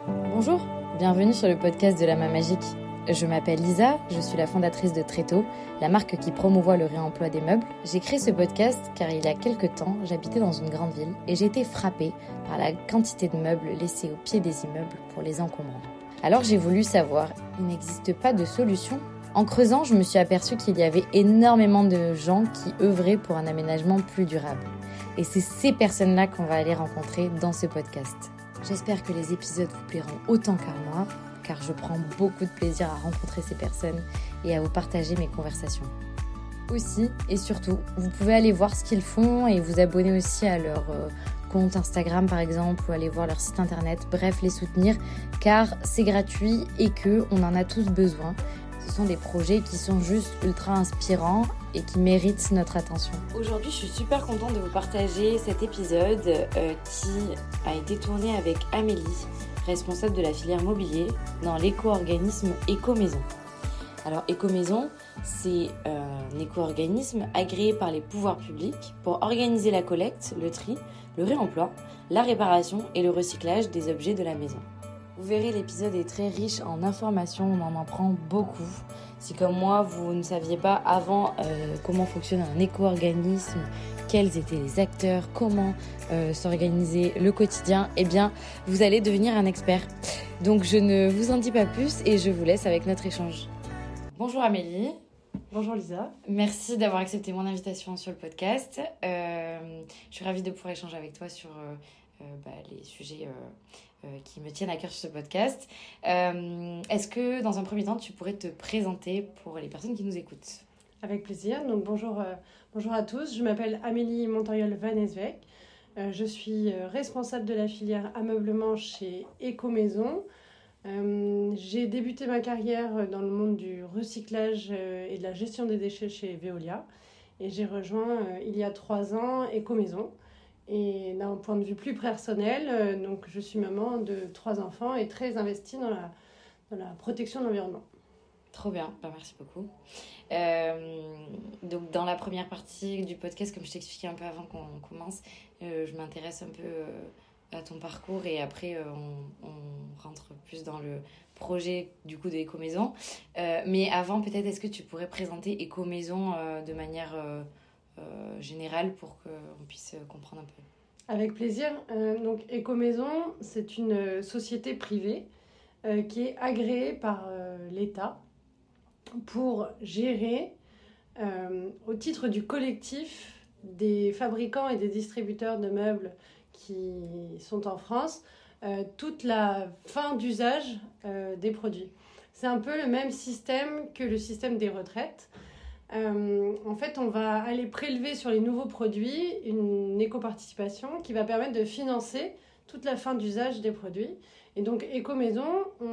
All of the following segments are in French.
Bonjour, bienvenue sur le podcast de la main magique. Je m'appelle Lisa, je suis la fondatrice de Tréteau, la marque qui promouvoit le réemploi des meubles. J'ai créé ce podcast car il y a quelques temps, j'habitais dans une grande ville et j'ai été frappée par la quantité de meubles laissés au pied des immeubles pour les encombrants. Alors j'ai voulu savoir, il n'existe pas de solution ? En creusant, je me suis aperçue qu'il y avait énormément de gens qui œuvraient pour un aménagement plus durable. Et c'est ces personnes-là qu'on va aller rencontrer dans ce podcast. J'espère que les épisodes vous plairont autant qu'à moi, car je prends beaucoup de plaisir à rencontrer ces personnes et à vous partager mes conversations. Aussi et surtout, vous pouvez aller voir ce qu'ils font et vous abonner aussi à leur compte Instagram par exemple, ou aller voir leur site internet, bref, les soutenir, car c'est gratuit et qu'on en a tous besoin. Ce sont des projets qui sont juste ultra inspirants et qui méritent notre attention. Aujourd'hui, je suis super contente de vous partager cet épisode qui a été tourné avec Amélie, responsable de la filière mobilier dans l'éco-organisme Écomaison. Alors Écomaison, c'est un éco-organisme agréé par les pouvoirs publics pour organiser la collecte, le tri, le réemploi, la réparation et le recyclage des objets de la maison. Vous verrez, l'épisode est très riche en informations, on en apprend beaucoup. Si comme moi, vous ne saviez pas avant comment fonctionne un éco-organisme, quels étaient les acteurs, comment s'organiser le quotidien, eh bien, vous allez devenir un expert. Donc je ne vous en dis pas plus et je vous laisse avec notre échange. Bonjour Amélie. Bonjour Lisa. Merci d'avoir accepté mon invitation sur le podcast. Je suis ravie de pouvoir échanger avec toi sur les sujets qui me tiennent à cœur sur ce podcast. Est-ce que dans un premier temps, tu pourrais te présenter pour les personnes qui nous écoutent ? Avec plaisir. Donc bonjour à tous. Je m'appelle Amélie Montoriol-Van Eswijk. Je suis responsable de la filière ameublement chez Écomaison. J'ai débuté ma carrière dans le monde du recyclage et de la gestion des déchets chez Veolia. Et j'ai rejoint il y a 3 ans Écomaison. Et d'un point de vue plus personnel, donc je suis maman de 3 enfants et très investie dans la protection de l'environnement. Trop bien, merci beaucoup. Donc dans la première partie du podcast, comme je t'expliquais un peu avant qu'on commence, je m'intéresse un peu à ton parcours et après on rentre plus dans le projet du coup de Écomaison. Mais avant, peut-être, est-ce que tu pourrais présenter Écomaison de manière générale pour qu'on puisse comprendre un peu? Avec plaisir. Donc Écomaison, c'est une société privée qui est agréée par l'État pour gérer, au titre du collectif des fabricants et des distributeurs de meubles qui sont en France, toute la fin d'usage des produits. C'est un peu le même système que le système des retraites. En fait, on va aller prélever sur les nouveaux produits une éco-participation qui va permettre de financer toute la fin d'usage des produits. Et donc, Écomaison,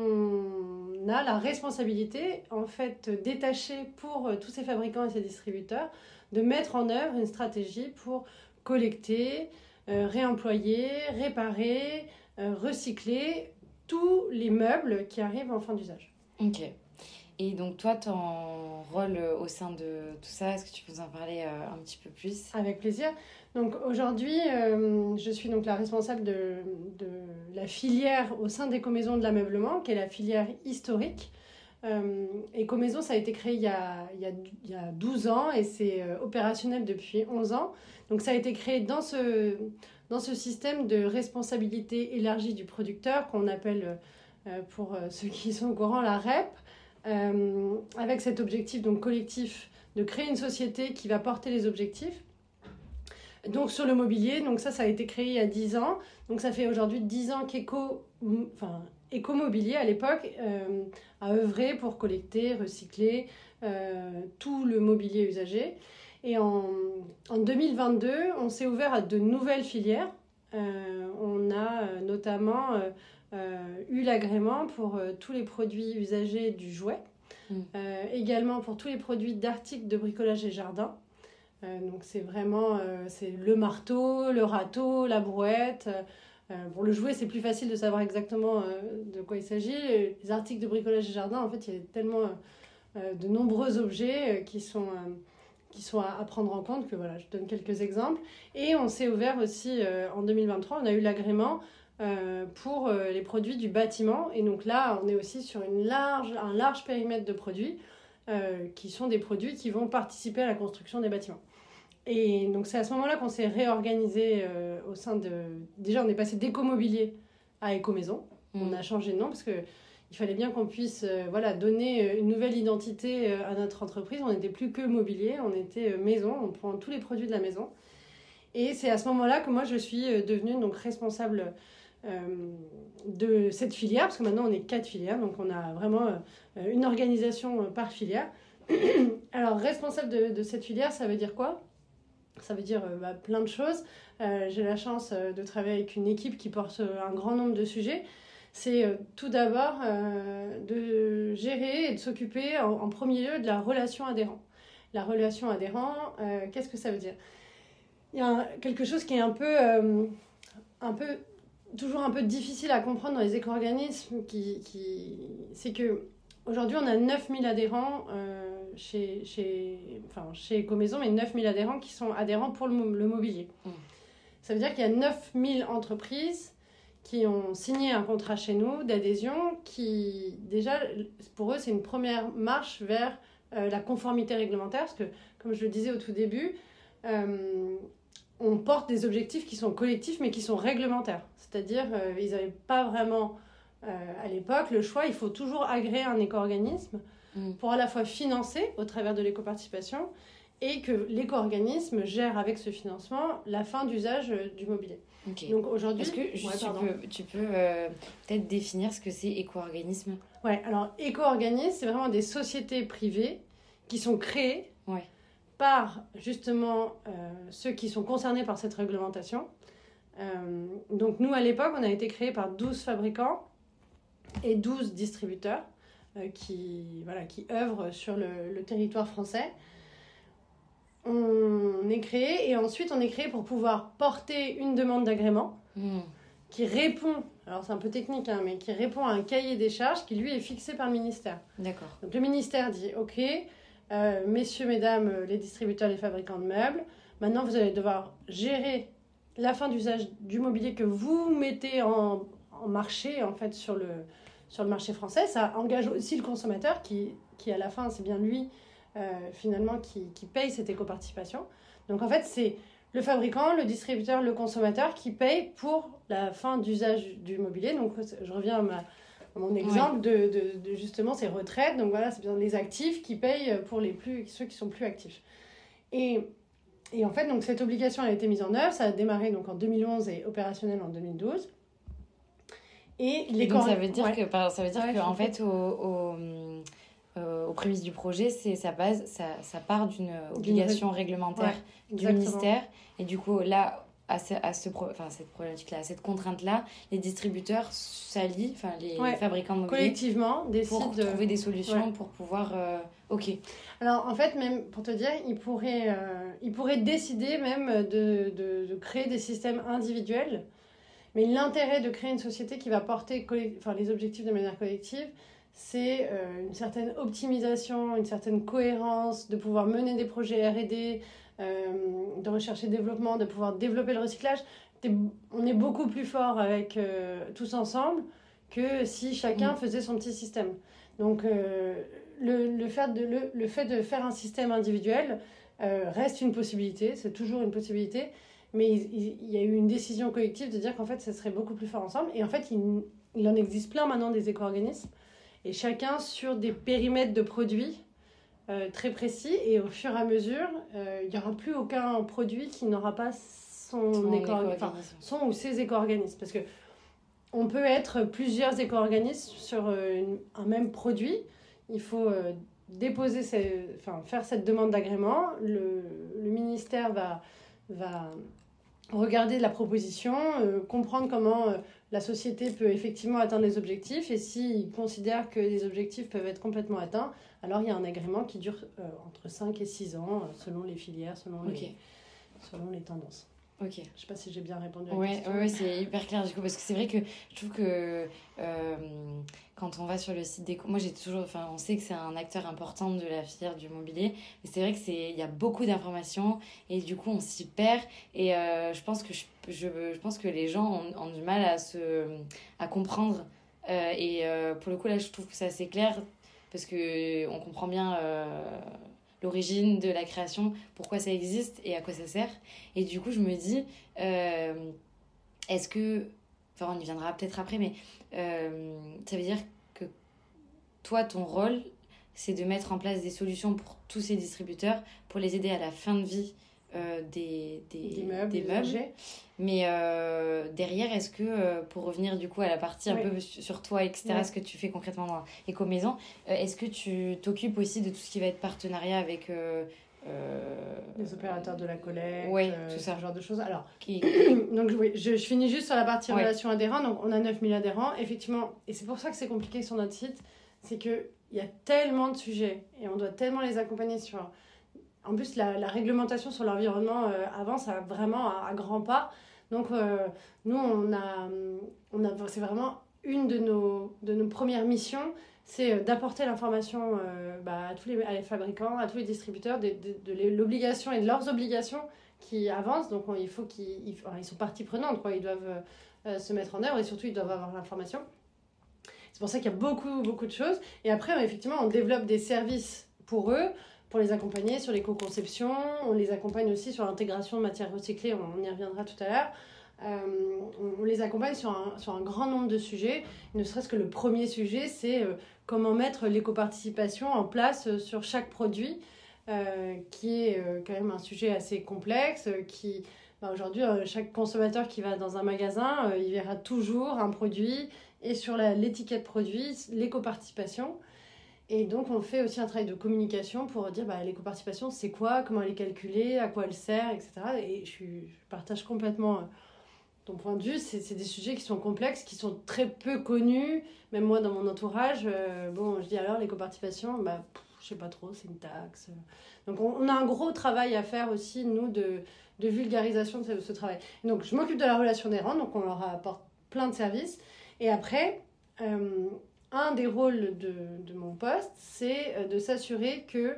on a la responsabilité, en fait, détachée pour tous ces fabricants et ces distributeurs, de mettre en œuvre une stratégie pour collecter, réemployer, réparer, recycler tous les meubles qui arrivent en fin d'usage. Ok. Et donc toi, ton rôle au sein de tout ça, est-ce que tu peux nous en parler un petit peu plus ? Avec plaisir. Donc aujourd'hui, je suis donc la responsable de la filière au sein d'Écomaison de l'ameublement, qui est la filière historique. Écomaison, ça a été créé il y a 12 ans et c'est opérationnel depuis 11 ans. Donc ça a été créé dans ce système de responsabilité élargie du producteur qu'on appelle, pour ceux qui sont au courant, la REP. Avec cet objectif donc collectif de créer une société qui va porter les objectifs. Donc sur le mobilier, donc ça a été créé il y a 10 ans. Donc ça fait aujourd'hui 10 ans qu'Écomobilier à l'époque a œuvré pour collecter, recycler tout le mobilier usagé. Et en 2022, on s'est ouvert à de nouvelles filières. On a notamment eu l'agrément pour tous les produits usagés du jouet, également pour tous les produits d'articles de bricolage et jardin. Donc c'est vraiment c'est le marteau, le râteau, la brouette. Pour le jouet, c'est plus facile de savoir exactement de quoi il s'agit. Les articles de bricolage et jardin, en fait, il y a tellement de nombreux objets qui sont à prendre en compte que voilà, je donne quelques exemples. Et on s'est ouvert aussi en 2023, on a eu l'agrément pour les produits du bâtiment. Et donc là, on est aussi sur un large périmètre de produits qui sont des produits qui vont participer à la construction des bâtiments. Et donc c'est à ce moment-là qu'on s'est réorganisé au sein de... Déjà, on est passé d'Écomobilier à Écomaison. On a changé de nom parce qu'il fallait bien qu'on puisse donner une nouvelle identité à notre entreprise. On n'était plus que mobilier, on était maison, on prend tous les produits de la maison. Et c'est à ce moment-là que moi, je suis devenue donc, responsable de cette filière, parce que maintenant, on est 4 filières, donc on a vraiment une organisation par filière. Alors, responsable de cette filière, ça veut dire quoi ? Ça veut dire plein de choses. J'ai la chance de travailler avec une équipe qui porte un grand nombre de sujets. C'est tout d'abord de gérer et de s'occuper en premier lieu de la relation adhérent. La relation adhérent, qu'est-ce que ça veut dire ? Il y a quelque chose qui est toujours un peu difficile à comprendre dans les éco-organismes, c'est que aujourd'hui on a 9000 adhérents chez Écomaison, mais 9000 adhérents qui sont adhérents pour le mobilier. Ça veut dire qu'il y a 9000 entreprises qui ont signé un contrat chez nous d'adhésion qui, déjà, pour eux, c'est une première marche vers la conformité réglementaire, parce que, comme je le disais au tout début, on porte des objectifs qui sont collectifs, mais qui sont réglementaires. C'est-à-dire, ils n'avaient pas vraiment, à l'époque, le choix. Il faut toujours agréer un éco-organisme pour à la fois financer au travers de l'éco-participation et que l'éco-organisme gère avec ce financement la fin d'usage du mobilier. Okay. Donc aujourd'hui... Est-ce que tu peux peut-être définir ce que c'est éco-organisme ? Ouais, alors éco-organisme, c'est vraiment des sociétés privées qui sont créées par justement ceux qui sont concernés par cette réglementation. Donc nous, à l'époque, on a été créés par 12 fabricants et 12 distributeurs qui œuvrent sur le territoire français. On est créé et ensuite on est créé pour pouvoir porter une demande d'agrément qui répond, alors c'est un peu technique, mais qui répond à un cahier des charges qui lui est fixé par le ministère. D'accord. Donc le ministère dit ok, messieurs, mesdames, les distributeurs, les fabricants de meubles, maintenant vous allez devoir gérer la fin d'usage du mobilier que vous mettez en marché en fait sur le marché français. Ça engage aussi le consommateur qui à la fin c'est bien lui finalement qui paye cette éco-participation. Donc en fait c'est le fabricant, le distributeur, le consommateur qui paye pour la fin d'usage du mobilier. Donc je reviens à mon exemple de justement ces retraites. Donc voilà, c'est bien les actifs qui payent pour ceux qui sont plus actifs. Et en fait, donc, cette obligation a été mise en œuvre. Ça a démarré donc, en 2011 et opérationnel en 2012. Et donc ça veut dire que en fait, aux prémices du projet, ça part d'une obligation réglementaire du ministère. Et du coup, là, cette problématique-là, à cette contrainte-là, les distributeurs s'allient, les fabricants de mobilier, collectivement décident pour trouver des solutions pour pouvoir... Alors, en fait, même pour te dire, ils pourraient décider même de créer des systèmes individuels. Mais l'intérêt de créer une société qui va porter les objectifs de manière collective, c'est une certaine optimisation, une certaine cohérence, de pouvoir mener des projets R&D, de recherche et développement, de pouvoir développer le recyclage. On est beaucoup plus fort avec tous ensemble que si chacun faisait son petit système. Donc le fait de faire un système individuel reste une possibilité, c'est toujours une possibilité, mais il y a eu une décision collective de dire qu'en fait ça serait beaucoup plus fort ensemble. Et en fait il en existe plein maintenant des éco-organismes, et chacun sur des périmètres de produits très précis, et au fur et à mesure, il n'y aura plus aucun produit qui n'aura pas son ou ses éco-organismes. Parce que on peut être plusieurs éco-organismes sur un même produit. Il faut faire cette demande d'agrément. Le ministère va regarder la proposition, comprendre comment la société peut effectivement atteindre les objectifs, et s'il considère que les objectifs peuvent être complètement atteints, alors il y a un agrément qui dure entre 5 et 6 ans, selon les filières, selon les tendances. Ok. Je ne sais pas si j'ai bien répondu à la question. Oui, c'est hyper clair du coup, parce que c'est vrai que je trouve que quand on va sur le site moi j'ai toujours, on sait que c'est un acteur important de la filière du mobilier, mais c'est vrai que il y a beaucoup d'informations et du coup on s'y perd et je pense que je pense que les gens ont du mal à comprendre pour le coup là je trouve que c'est assez clair parce que on comprend bien l'origine de la création, pourquoi ça existe et à quoi ça sert. Et du coup je me dis est-ce que, on y viendra peut-être après, mais ça veut dire que toi, ton rôle, c'est de mettre en place des solutions pour tous ces distributeurs, pour les aider à la fin de vie des meubles. Mais derrière, est-ce que, pour revenir du coup à la partie un peu sur toi, etc., ce que tu fais concrètement dans Ecomaison, est-ce que tu t'occupes aussi de tout ce qui va être partenariat avec... les opérateurs de la collecte, tout ça. Ce genre de choses. Alors, donc je finis juste sur la partie relation adhérents. Donc, on a 9000 adhérents, effectivement, et c'est pour ça que c'est compliqué sur notre site, c'est qu'il y a tellement de sujets et on doit tellement les accompagner sur... En plus, la réglementation sur l'environnement avance vraiment à grands pas. Donc, nous, c'est vraiment une de nos premières missions, c'est d'apporter l'information à tous les fabricants, à tous les distributeurs de l'obligation et de leurs obligations qui avancent. Donc, il faut ils sont partie prenante, quoi. Ils doivent se mettre en œuvre et surtout, ils doivent avoir l'information. C'est pour ça qu'il y a beaucoup, beaucoup de choses. Et après, effectivement, on développe des services pour eux, pour les accompagner sur l'éco-conception. On les accompagne aussi sur l'intégration de matières recyclées, on y reviendra tout à l'heure. On les accompagne sur un grand nombre de sujets, ne serait-ce que le premier sujet, c'est comment mettre l'éco-participation en place sur chaque produit, qui est quand même un sujet assez complexe, aujourd'hui, chaque consommateur qui va dans un magasin, il verra toujours un produit et sur l'étiquette produit, l'éco-participation. Et donc, on fait aussi un travail de communication pour dire l'éco-participation, c'est quoi, comment elle est calculée, à quoi elle sert, etc. Et je partage complètement ton point de vue. C'est des sujets qui sont complexes, qui sont très peu connus. Même moi, dans mon entourage, je dis alors, l'éco-participation, je sais pas trop, c'est une taxe. Donc, on a un gros travail à faire aussi, nous, de vulgarisation de ce travail. Et donc, je m'occupe de la relation adhérent, donc on leur apporte plein de services. Et après... un des rôles de mon poste, c'est de s'assurer que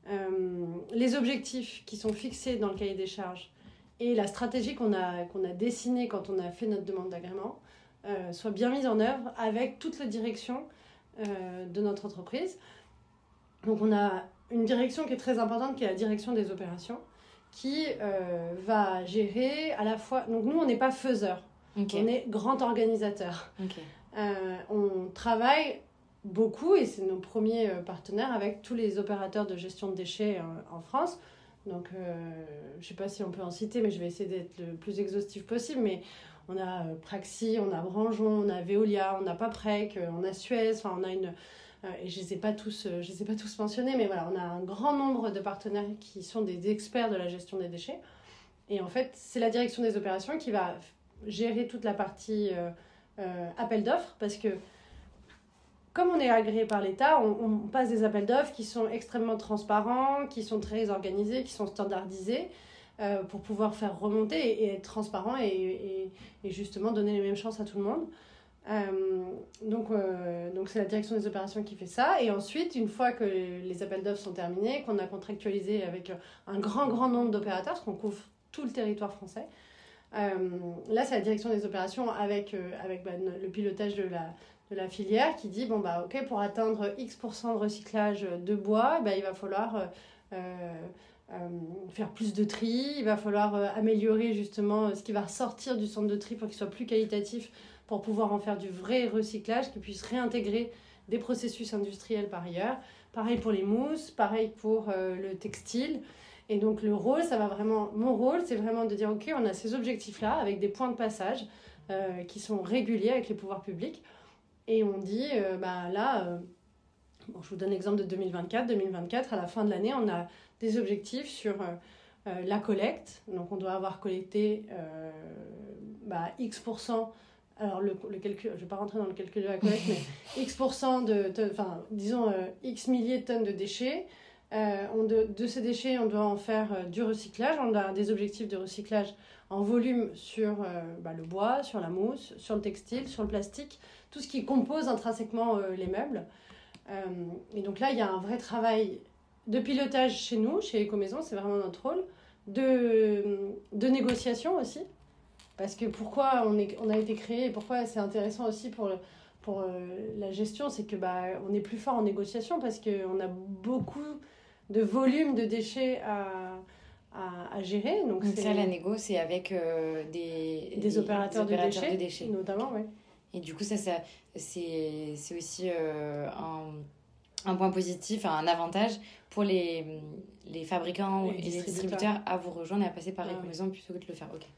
les objectifs qui sont fixés dans le cahier des charges et la stratégie qu'on a dessinée quand on a fait notre demande d'agrément soient bien mises en œuvre avec toute la direction de notre entreprise. Donc on a une direction qui est très importante, qui est la direction des opérations, qui va gérer à la fois... Donc nous, on n'est pas faiseur, on est grand organisateur. On travaille beaucoup, et c'est nos premiers partenaires, avec tous les opérateurs de gestion de déchets en France. Donc, je ne sais pas si on peut en citer, mais je vais essayer d'être le plus exhaustif possible. Mais on a Praxi, on a Branjon, on a Veolia, on a Paprec, on a Suez. Enfin, on a et je ne les ai pas tous mentionnés, mais voilà, on a un grand nombre de partenaires qui sont des experts de la gestion des déchets. Et en fait, c'est la direction des opérations qui va gérer toute la partie... appel d'offres, parce que comme on est agréé par l'État, on passe des appels d'offres qui sont extrêmement transparents, qui sont très organisés, qui sont standardisés pour pouvoir faire remonter et être transparent et justement donner les mêmes chances à tout le monde. Donc c'est la direction des opérations qui fait ça. Et ensuite, une fois que les appels d'offres sont terminés, qu'on a contractualisé avec un grand nombre d'opérateurs, parce qu'on couvre tout le territoire français, là c'est la direction des opérations avec le pilotage de la filière qui dit ok, pour atteindre X% de recyclage de bois, il va falloir faire plus de tri, il va falloir améliorer justement ce qui va ressortir du centre de tri pour qu'il soit plus qualitatif, pour pouvoir en faire du vrai recyclage, qu'il puisse réintégrer des processus industriels par ailleurs. Pareil pour les mousses, pareil pour le textile. Et donc mon rôle, c'est vraiment de dire, ok, on a ces objectifs-là avec des points de passage qui sont réguliers avec les pouvoirs publics. Et on dit, je vous donne l'exemple de 2024. 2024, à la fin de l'année, on a des objectifs sur la collecte. Donc on doit avoir collecté X%. Alors le calcul, je ne vais pas rentrer dans le calcul de la collecte, mais X% disons X milliers de tonnes de déchets. De ces déchets, on doit en faire du recyclage. On a des objectifs de recyclage en volume sur le bois, sur la mousse, sur le textile, sur le plastique, tout ce qui compose intrinsèquement les meubles. Et donc là, il y a un vrai travail de pilotage chez nous, chez Ecomaison, c'est vraiment notre rôle, de négociation aussi. Parce que pourquoi on a été créé et pourquoi c'est intéressant aussi pour la gestion, c'est que on est plus fort en négociation parce qu'on a beaucoup de volume de déchets à gérer. Donc ça, la négo, c'est avec des opérateurs de déchets. Notamment, oui. Et du coup, ça c'est aussi un point positif, un avantage pour les fabricants et les distributeurs à vous rejoindre et à passer par Ecomaison plutôt que de le faire. Ok.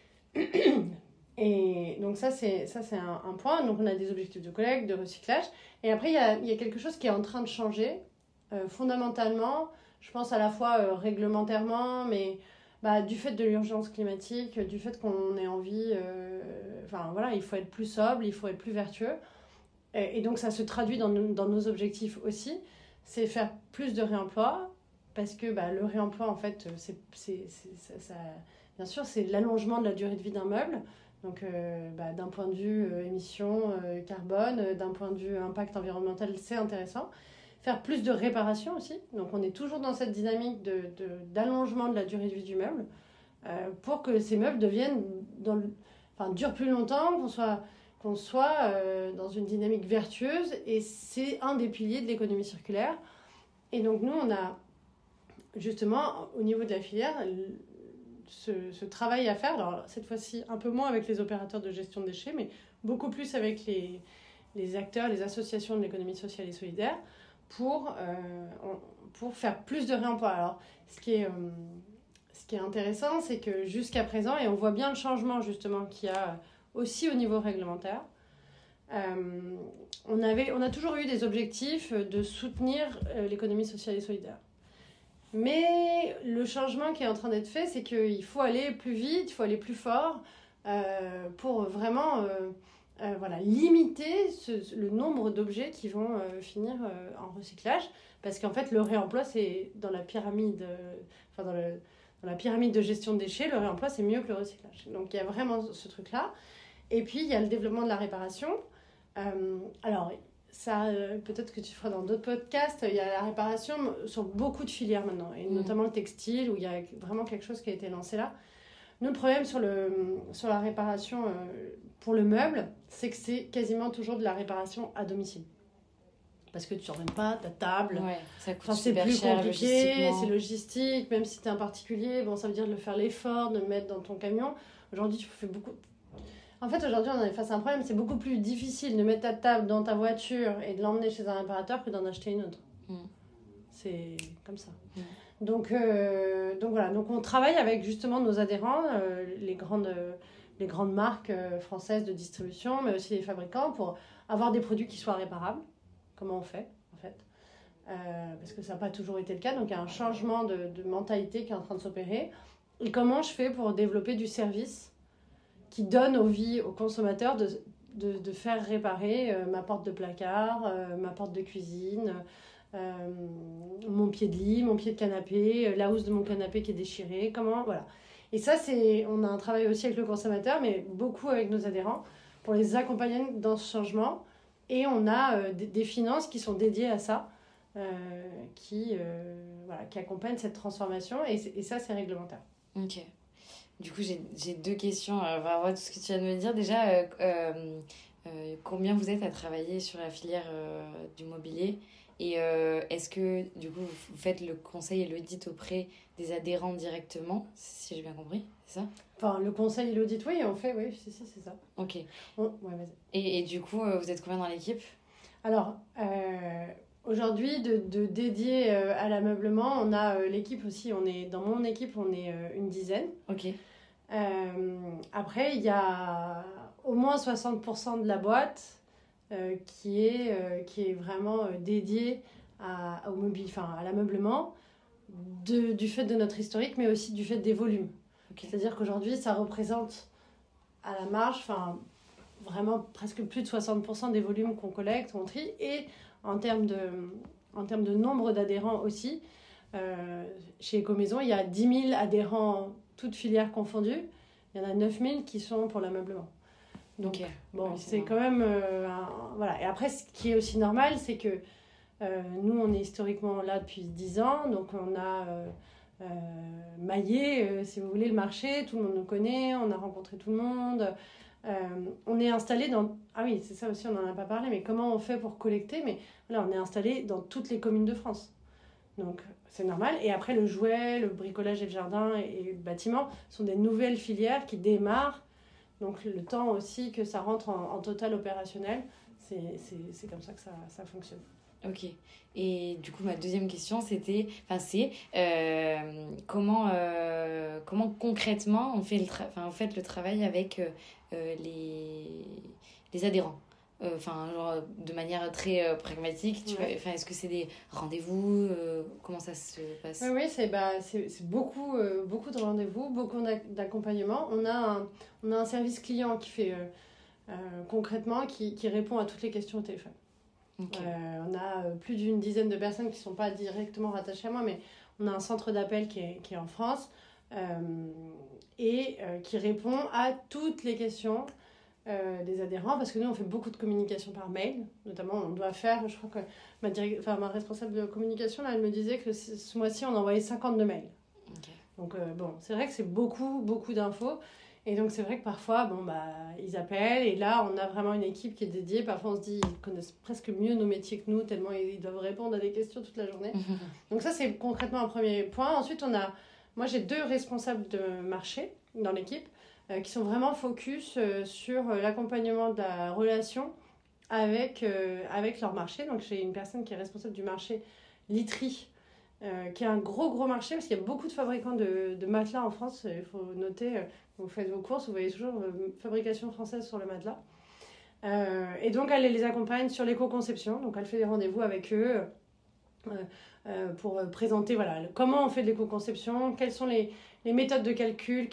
Et donc ça c'est un point. Donc on a des objectifs de collecte, de recyclage. Et après, il y a quelque chose qui est en train de changer fondamentalement. Je pense à la fois réglementairement, mais du fait de l'urgence climatique, du fait qu'on ait envie... il faut être plus sobre, il faut être plus vertueux. Et donc ça se traduit dans nos objectifs aussi. C'est faire plus de réemploi, parce que le réemploi, en fait, ça, bien sûr, c'est l'allongement de la durée de vie d'un meuble. Donc, d'un point de vue émissions carbone, d'un point de vue impact environnemental, c'est intéressant. Faire plus de réparation aussi. Donc, on est toujours dans cette dynamique d'allongement de la durée de vie du meuble pour que ces meubles durent plus longtemps, qu'on soit dans une dynamique vertueuse. Et c'est un des piliers de l'économie circulaire. Et donc, nous, on a justement, au niveau de la filière, ce travail à faire. Alors, cette fois-ci, un peu moins avec les opérateurs de gestion de déchets, mais beaucoup plus avec les acteurs, les associations de l'économie sociale et solidaire pour faire plus de réemploi. Alors, ce qui est intéressant, c'est que jusqu'à présent, et on voit bien le changement justement qu'il y a aussi au niveau réglementaire, on a toujours eu des objectifs de soutenir l'économie sociale et solidaire. Mais le changement qui est en train d'être fait, c'est qu'il faut aller plus vite, il faut aller plus fort pour vraiment limiter le nombre d'objets qui vont finir en recyclage. Parce qu'en fait, le réemploi, c'est dans la pyramide, dans la pyramide de gestion de déchets, le réemploi, c'est mieux que le recyclage. Donc, il y a vraiment ce truc-là. Et puis, il y a le développement de la réparation. Ça, peut-être que tu feras dans d'autres podcasts, il y a la réparation sur beaucoup de filières maintenant, et notamment le textile, où il y a vraiment quelque chose qui a été lancé là. Nous, le problème sur la réparation pour le meuble, c'est que c'est quasiment toujours de la réparation à domicile. Parce que tu n'emmènes pas ta table. Ouais, ça coûte super cher, c'est plus compliqué, c'est logistique, même si tu es un particulier, ça veut dire de faire l'effort, de le mettre dans ton camion. Aujourd'hui, tu fais beaucoup... En fait, aujourd'hui, on est face à un problème. C'est beaucoup plus difficile de mettre ta table dans ta voiture et de l'emmener chez un réparateur que d'en acheter une autre. C'est comme ça. Donc voilà. Donc on travaille avec justement nos adhérents, les grandes marques françaises de distribution, mais aussi les fabricants, pour avoir des produits qui soient réparables. Comment on fait, en fait parce que ça n'a pas toujours été le cas. Donc il y a un changement de mentalité qui est en train de s'opérer. Et comment je fais pour développer du service qui donne envie aux consommateurs de faire réparer ma porte de placard, ma porte de cuisine, mon pied de lit, mon pied de canapé, la housse de mon canapé qui est déchirée, voilà. Et ça, on a un travail aussi avec le consommateur, mais beaucoup avec nos adhérents, pour les accompagner dans ce changement. Et on a des finances qui sont dédiées à ça, qui accompagnent cette transformation, et ça, c'est réglementaire. Ok. Du coup, j'ai deux questions par rapport à tout ce que tu viens de me dire. Déjà, combien vous êtes à travailler sur la filière du mobilier ? Et est-ce que, du coup, vous faites le conseil et l'audit auprès des adhérents directement, si j'ai bien compris, c'est ça ? Enfin, le conseil et l'audit, oui, on fait, oui, c'est ça. Ok. Ouais, vas-y. Et du coup, vous êtes combien dans l'équipe ? Alors, aujourd'hui, de dédier à l'ameublement, on a l'équipe aussi. Dans mon équipe, on est une dizaine. Ok. Après, il y a au moins 60% de la boîte qui est vraiment dédiée à l'ameublement, du fait de notre historique, mais aussi du fait des volumes. Okay. C'est-à-dire qu'aujourd'hui, ça représente à la marge, vraiment presque plus de 60% des volumes qu'on collecte, qu'on trie, et en termes de nombre d'adhérents aussi. Chez Ecomaison, il y a 10 000 adhérents, toutes filières confondues. Il y en a 9 000 qui sont pour l'ameublement. Donc, c'est quand même... voilà. Et après, ce qui est aussi normal, c'est que nous, on est historiquement là depuis 10 ans. Donc, on a maillé, si vous voulez, le marché. Tout le monde nous connaît. On a rencontré tout le monde. On est installé dans... Ah oui, c'est ça aussi, on n'en a pas parlé. Mais comment on fait pour collecter? Mais voilà, on est installé dans toutes les communes de France. Donc, c'est normal. Et après, le jouet, le bricolage et le jardin et le bâtiment sont des nouvelles filières qui démarrent. Donc, le temps aussi que ça rentre en total opérationnel, c'est comme ça que ça fonctionne. Ok. Et du coup, ma deuxième question, c'était... comment concrètement on fait le travail avec les adhérents? De manière très pragmatique, est-ce que c'est des rendez-vous, comment ça se passe? Oui, c'est beaucoup de rendez-vous, beaucoup d'accompagnement. On a un service client qui fait concrètement, qui répond à toutes les questions au téléphone. Okay. On a plus d'une dizaine de personnes qui ne sont pas directement rattachées à moi, mais on a un centre d'appel qui est en France et qui répond à toutes les questions des adhérents, parce que nous on fait beaucoup de communication par mail, notamment on doit faire, je crois que ma responsable de communication là, elle me disait que ce mois-ci on a envoyé 52 mails. Okay. Donc c'est vrai que c'est beaucoup d'infos, et donc c'est vrai que parfois ils appellent, et là on a vraiment une équipe qui est dédiée. Parfois on se dit ils connaissent presque mieux nos métiers que nous, tellement ils doivent répondre à des questions toute la journée. Donc ça c'est concrètement un premier point. Ensuite moi j'ai 2 responsables de marché dans l'équipe qui sont vraiment focus sur l'accompagnement de la relation avec leur marché. Donc j'ai une personne qui est responsable du marché literie, qui est un gros marché, parce qu'il y a beaucoup de fabricants de matelas en France. Il faut noter, quand vous faites vos courses, vous voyez toujours fabrication française sur le matelas. Et donc elle les accompagne sur l'éco-conception. Donc elle fait des rendez-vous avec eux pour présenter comment on fait de l'éco-conception, quelles sont les méthodes de calcul,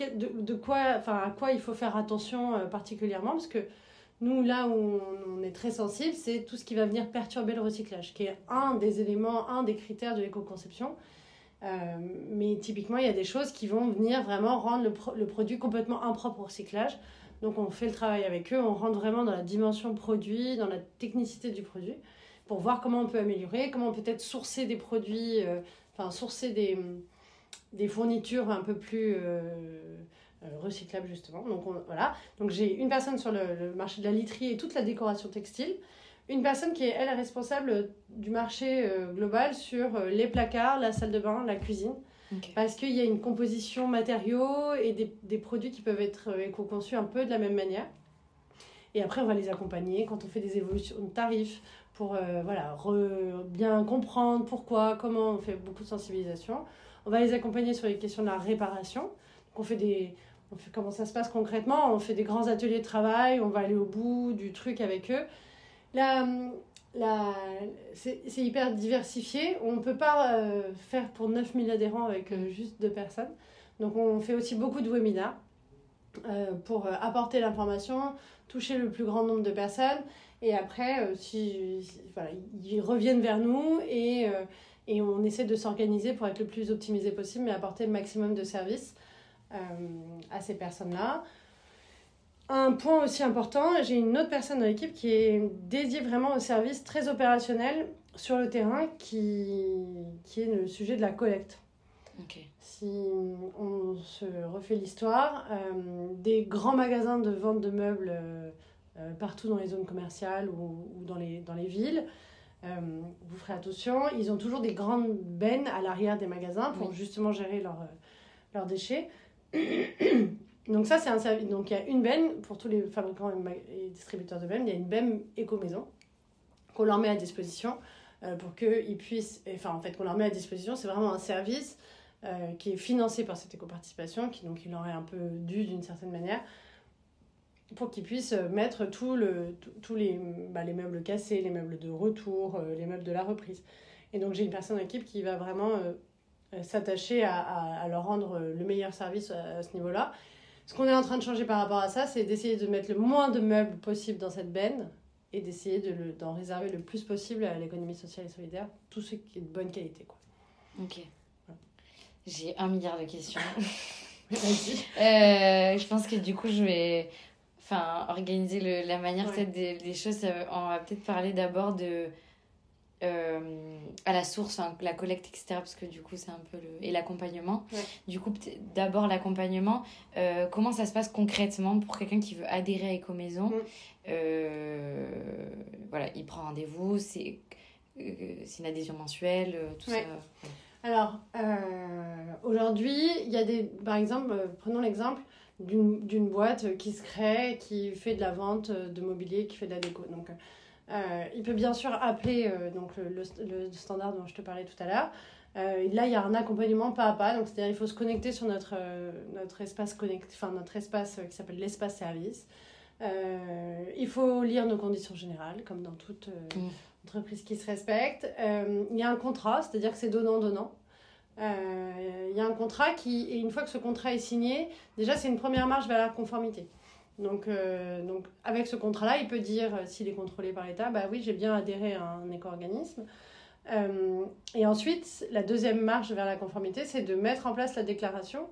à quoi il faut faire attention particulièrement, parce que nous, là où on est très sensible, c'est tout ce qui va venir perturber le recyclage, qui est un des éléments, un des critères de l'éco-conception. Mais typiquement, il y a des choses qui vont venir vraiment rendre le produit complètement impropre au recyclage. Donc on fait le travail avec eux, on rentre vraiment dans la dimension produit, dans la technicité du produit, pour voir comment on peut améliorer, comment on peut peut-être sourcer des produits, sourcer des fournitures un peu plus recyclables, justement. Donc, Donc j'ai une personne sur le marché de la literie et toute la décoration textile. Une personne qui est, elle, responsable du marché global sur les placards, la salle de bain, la cuisine. Okay. Parce qu'il y a une composition matériaux et des produits qui peuvent être éco-conçus un peu de la même manière. Et après, on va les accompagner quand on fait des évolutions de tarifs pour bien comprendre pourquoi, comment. On fait beaucoup de sensibilisation. On va les accompagner sur les questions de la réparation. Donc on fait comment ça se passe concrètement. On fait des grands ateliers de travail, on va aller au bout du truc avec eux. C'est hyper diversifié. On ne peut pas faire pour 9000 adhérents avec juste 2 personnes. Donc on fait aussi beaucoup de webinaires pour apporter l'information, toucher le plus grand nombre de personnes. Et après, ils reviennent vers nous et on essaie de s'organiser pour être le plus optimisé possible, mais apporter le maximum de services à ces personnes-là. Un point aussi important, j'ai une autre personne dans l'équipe qui est dédiée vraiment au service très opérationnel sur le terrain, qui est le sujet de la collecte. Okay. Si on se refait l'histoire, des grands magasins de vente de meubles partout dans les zones commerciales ou dans les villes, vous ferez attention, ils ont toujours des grandes bennes à l'arrière des magasins pour justement gérer leurs déchets. Donc ça, c'est un service. Donc il y a une benne pour tous les fabricants et distributeurs de bennes. Il y a une benne éco-maison qu'on leur met à disposition pour qu'ils puissent... qu'on leur met à disposition, c'est vraiment un service qui est financé par cette éco-participation, donc il leur est un peu dû d'une certaine manière, pour qu'ils puissent mettre tous les meubles cassés, les meubles de retour, les meubles de la reprise. Et donc j'ai une personne en équipe qui va vraiment s'attacher à leur rendre le meilleur service à ce niveau-là. Ce qu'on est en train de changer par rapport à ça, c'est d'essayer de mettre le moins de meubles possible dans cette benne et d'essayer d'en réserver le plus possible à l'économie sociale et solidaire, tout ce qui est de bonne qualité, quoi. Ok. J'ai 1 milliard de questions. Vas-y. Je pense que du coup, je vais organiser la manière peut-être des choses. On va peut-être parler d'abord de à la source, la collecte, etc. Parce que du coup, c'est un peu et l'accompagnement. Ouais. Du coup, d'abord l'accompagnement. Comment ça se passe concrètement pour quelqu'un qui veut adhérer à Ecomaison? Voilà, il prend rendez-vous, c'est une adhésion mensuelle, tout ça. Alors, aujourd'hui, il y a par exemple, prenons l'exemple d'une boîte qui se crée, qui fait de la vente de mobilier, qui fait de la déco. Donc, il peut bien sûr appeler donc le standard dont je te parlais tout à l'heure. Là, il y a un accompagnement pas à pas. Donc, c'est-à-dire il faut se connecter sur notre espace notre espace qui s'appelle l'espace service. Il faut lire nos conditions générales, comme dans toute entreprise qui se respecte. Il y a un contrat, c'est-à-dire que c'est donnant-donnant. Il y a un contrat et une fois que ce contrat est signé, déjà c'est une première marche vers la conformité. Donc avec ce contrat-là, il peut dire, s'il est contrôlé par l'État, bah oui, j'ai bien adhéré à un éco-organisme. Et ensuite, la deuxième marche vers la conformité, c'est de mettre en place la déclaration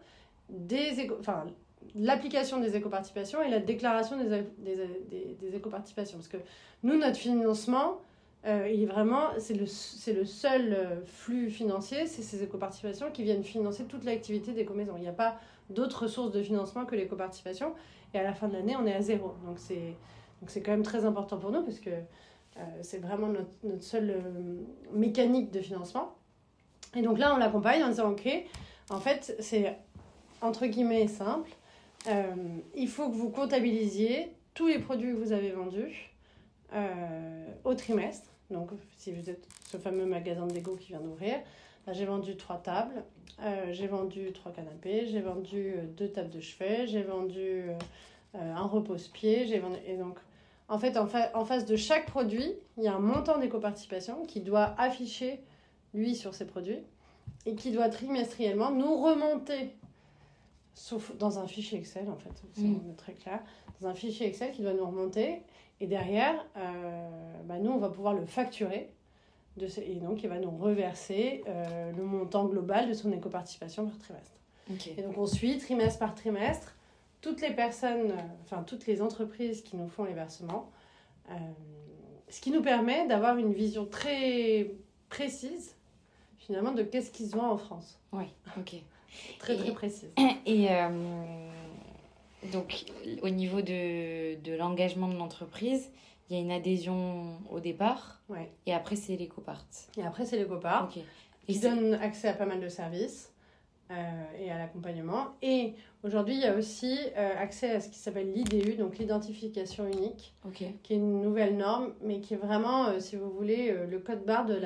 l'application des éco-participations et la déclaration des éco-participations. Parce que nous, notre financement, il est vraiment, c'est le seul flux financier, c'est ces éco-participations qui viennent financer toute l'activité d'Ecomaison. Il n'y a pas d'autres sources de financement que l'éco-participation. Et à la fin de l'année, on est à 0. Donc c'est quand même très important pour nous parce que c'est vraiment notre seule mécanique de financement. Et donc là, on l'accompagne en disant, OK, en fait, c'est entre guillemets simple. Il faut que vous comptabilisiez tous les produits que vous avez vendus au trimestre. Donc, si vous êtes ce fameux magasin de Lego qui vient d'ouvrir, là, j'ai vendu 3 tables, j'ai vendu 3 canapés, j'ai vendu 2 tables de chevet, j'ai vendu un repose-pied, et donc, en fait, en face de chaque produit, il y a un montant d'éco-participation qui doit afficher, lui, sur ses produits, et qui doit trimestriellement nous remonter, sauf dans un fichier Excel, en fait, c'est très clair, dans un fichier Excel qui doit nous remonter. Et derrière, nous, on va pouvoir le facturer. Et donc, il va nous reverser le montant global de son éco-participation par trimestre. Okay. Et donc, on suit trimestre par trimestre toutes les personnes, toutes les entreprises qui nous font les versements. Ce qui nous permet d'avoir une vision très précise, finalement, de qu'est-ce qui se vend en France. Oui, ok. Très précise. Et donc, au niveau de l'engagement de l'entreprise, il y a une adhésion au départ. Ouais. Et après, c'est l'éco-part. Et après, c'est l'éco-part. Okay. Qui donne accès à pas mal de services et à l'accompagnement. Et aujourd'hui, il y a aussi accès à ce qui s'appelle l'IDU, donc l'identification unique, qui est une nouvelle norme, mais qui est vraiment, si vous voulez, le code barre de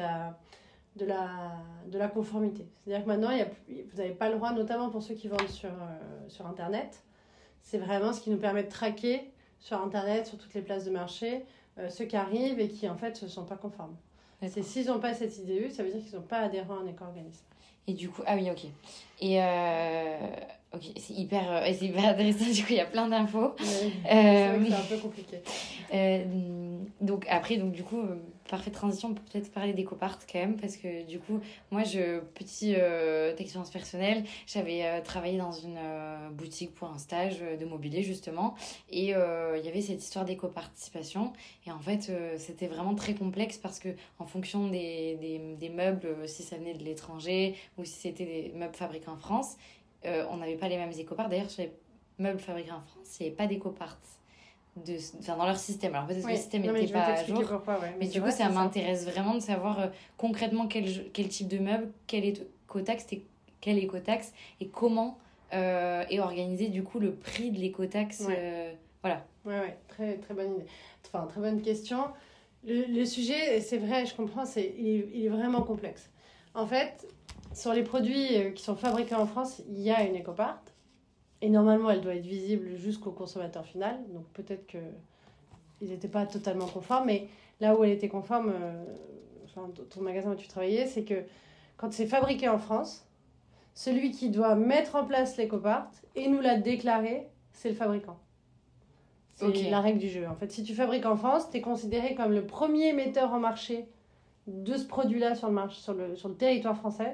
la conformité. C'est-à-dire que maintenant, vous n'avez pas le droit, notamment pour ceux qui vendent sur Internet. C'est vraiment ce qui nous permet de traquer sur Internet, sur toutes les places de marché, ceux qui arrivent et qui, en fait, ne sont pas conformes. C'est s'ils n'ont pas cette IDU, ça veut dire qu'ils ne sont pas adhérents à un éco-organisme. Et du coup, ah oui, ok. Et ok, c'est hyper intéressant, du coup, il y a plein d'infos. C'est vrai que c'est un peu compliqué. Donc, du coup, parfaite transition pour peut-être parler d'éco-part quand même, parce que du coup, moi, petite expérience personnelle, j'avais travaillé dans une boutique pour un stage de mobilier, justement, et il y avait cette histoire d'éco-participation, et en fait, c'était vraiment très complexe parce que en fonction des meubles, si ça venait de l'étranger ou si c'était des meubles fabriqués en France, on n'avait pas les mêmes éco-parts. D'ailleurs, sur les meubles fabriqués en France, il n'y avait pas d'éco-parts dans leur système. Alors peut-être que le système n'était pas à jour. Pourquoi, mais du coup, ça m'intéresse vraiment de savoir concrètement quel type de meuble, quelle éco-taxe et comment est organisé du coup le prix de l'éco-taxe. Voilà. Ouais, très, très bonne idée. Enfin, très bonne question. Le sujet, c'est vrai, je comprends, il est vraiment complexe. En fait, sur les produits qui sont fabriqués en France, il y a une éco-part. Et normalement, elle doit être visible jusqu'au consommateur final. Donc peut-être qu'ils n'étaient pas totalement conformes. Mais là où elle était conforme, ton magasin où tu travaillais, c'est que quand c'est fabriqué en France, celui qui doit mettre en place l'éco-part et nous la déclarer, c'est le fabricant. C'est la règle du jeu. En fait, si tu fabriques en France, tu es considéré comme le premier metteur en marché de ce produit-là sur le territoire français.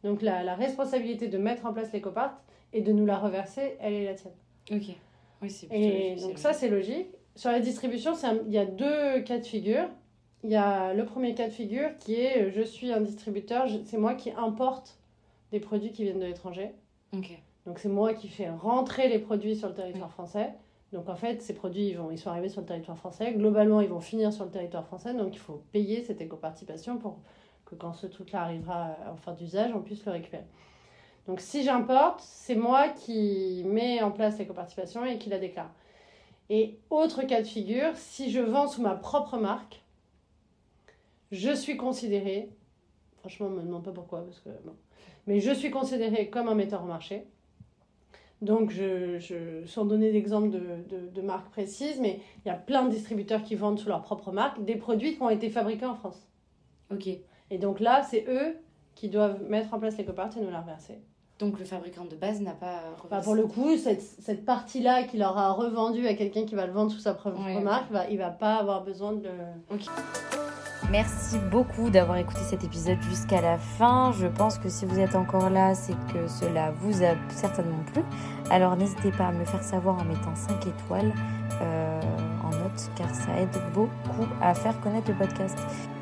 Donc la responsabilité de mettre en place l'éco-part et de nous la reverser, elle est la tienne. Ok. Oui, c'est plutôt Et logique, donc ça, c'est logique. Sur la distribution, il y a 2 cas de figure. Il y a le premier cas de figure qui est je suis un distributeur, c'est moi qui importe des produits qui viennent de l'étranger. Ok. Donc c'est moi qui fais rentrer les produits sur le territoire français. Donc en fait, ces produits, ils sont arrivés sur le territoire français. Globalement, ils vont finir sur le territoire français. Donc il faut payer cette éco-participation pour que quand ce truc-là arrivera en fin d'usage, on puisse le récupérer. Donc si j'importe, c'est moi qui mets en place l'éco-participation et qui la déclare. Et autre cas de figure, si je vends sous ma propre marque, je suis considérée, franchement, on ne me demande pas pourquoi, parce que bon, mais je suis considérée comme un metteur au marché. Donc, sans donner d'exemple de marques précises, mais il y a plein de distributeurs qui vendent sous leur propre marque des produits qui ont été fabriqués en France. Ok. Et donc là, c'est eux qui doivent mettre en place l'éco-part et nous la reverser. Donc le fabricant de base n'a pas reversé. Pour le coup, cette partie-là qu'il aura revendue à quelqu'un qui va le vendre sous sa propre marque, il va pas avoir besoin de... Ok. Merci beaucoup d'avoir écouté cet épisode jusqu'à la fin. Je pense que si vous êtes encore là, c'est que cela vous a certainement plu. Alors n'hésitez pas à me le faire savoir en mettant 5 étoiles en note, car ça aide beaucoup à faire connaître le podcast.